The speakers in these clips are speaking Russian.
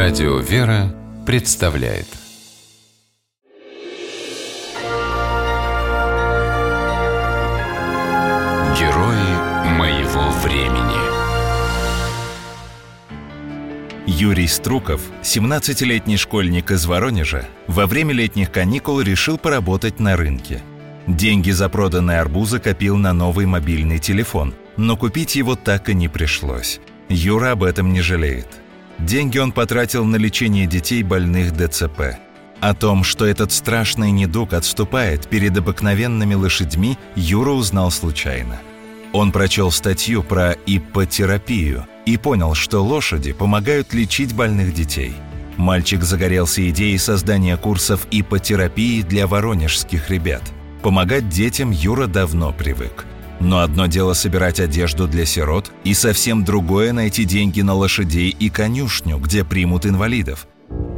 Радио «Вера» представляет Герои моего времени. Юрий Струков, 17-летний школьник из Воронежа, во время летних каникул решил поработать на рынке. Деньги за проданные арбузы копил на новый мобильный телефон, но купить его так и не пришлось. Юра об этом не жалеет. Деньги он потратил на лечение детей, больных ДЦП. О том, что этот страшный недуг отступает перед обыкновенными лошадьми, Юра узнал случайно. Он прочел статью про иппотерапию и понял, что лошади помогают лечить больных детей. Мальчик загорелся идеей создания курсов иппотерапии для воронежских ребят. Помогать детям Юра давно привык. Но одно дело собирать одежду для сирот, и совсем другое найти деньги на лошадей и конюшню, где примут инвалидов.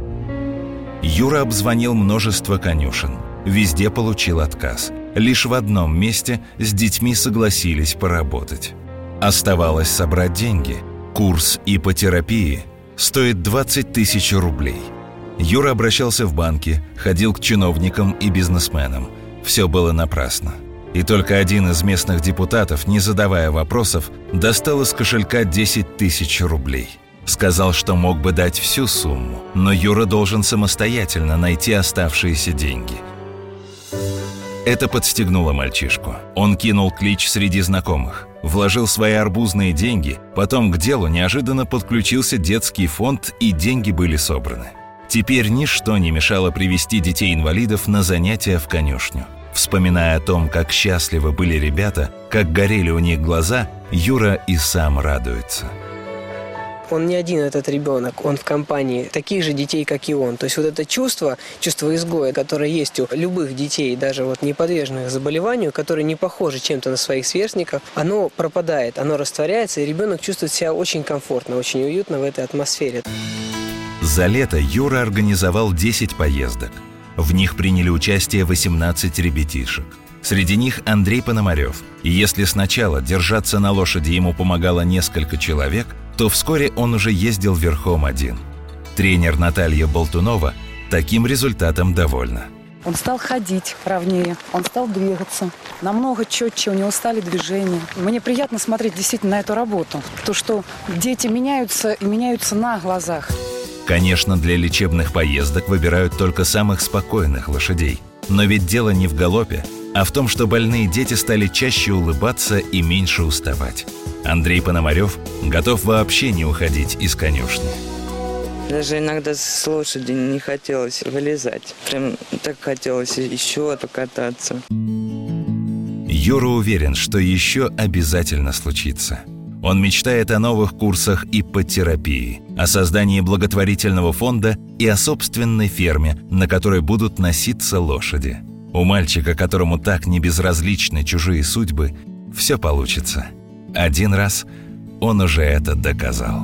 Юра обзвонил множество конюшен. Везде получил отказ. Лишь в одном месте с детьми согласились поработать. Оставалось собрать деньги. Курс иппотерапии стоит 20 тысяч рублей. Юра обращался в банки, ходил к чиновникам и бизнесменам. Все было напрасно. И только один из местных депутатов, не задавая вопросов, достал из кошелька 10 тысяч рублей. Сказал, что мог бы дать всю сумму, но Юра должен самостоятельно найти оставшиеся деньги. Это подстегнуло мальчишку. Он кинул клич среди знакомых, вложил свои арбузные деньги, потом к делу неожиданно подключился детский фонд, и деньги были собраны. Теперь ничто не мешало привести детей-инвалидов на занятия в конюшню. Вспоминая о том, как счастливы были ребята, как горели у них глаза, Юра и сам радуется. Он не один, этот ребенок, он в компании таких же детей, как и он. То есть вот это чувство изгоя, которое есть у любых детей, даже вот неподверженных заболеванию, которые не похожи чем-то на своих сверстников, оно пропадает, оно растворяется, и ребенок чувствует себя очень комфортно, очень уютно в этой атмосфере. За лето Юра организовал 10 поездок. В них приняли участие 18 ребятишек. Среди них Андрей Пономарев. И если сначала держаться на лошади ему помогало несколько человек, то вскоре он уже ездил верхом один. Тренер Наталья Болтунова таким результатом довольна. Он стал ходить ровнее, он стал двигаться. Намного четче, у него стали движения. Мне приятно смотреть действительно на эту работу. То, что дети меняются и меняются на глазах. Конечно, для лечебных поездок выбирают только самых спокойных лошадей. Но ведь дело не в галопе, а в том, что больные дети стали чаще улыбаться и меньше уставать. Андрей Пономарев готов вообще не уходить из конюшни. Даже иногда с лошади не хотелось вылезать. Прям так хотелось еще покататься. Юра уверен, что еще обязательно случится. Он мечтает о новых курсах иппотерапии, о создании благотворительного фонда и о собственной ферме, на которой будут носиться лошади. У мальчика, которому так не безразличны чужие судьбы, все получится. Один раз он уже это доказал.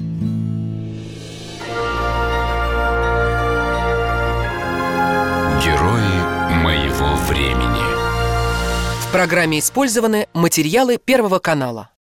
Герои моего времени. В программе использованы материалы Первого канала.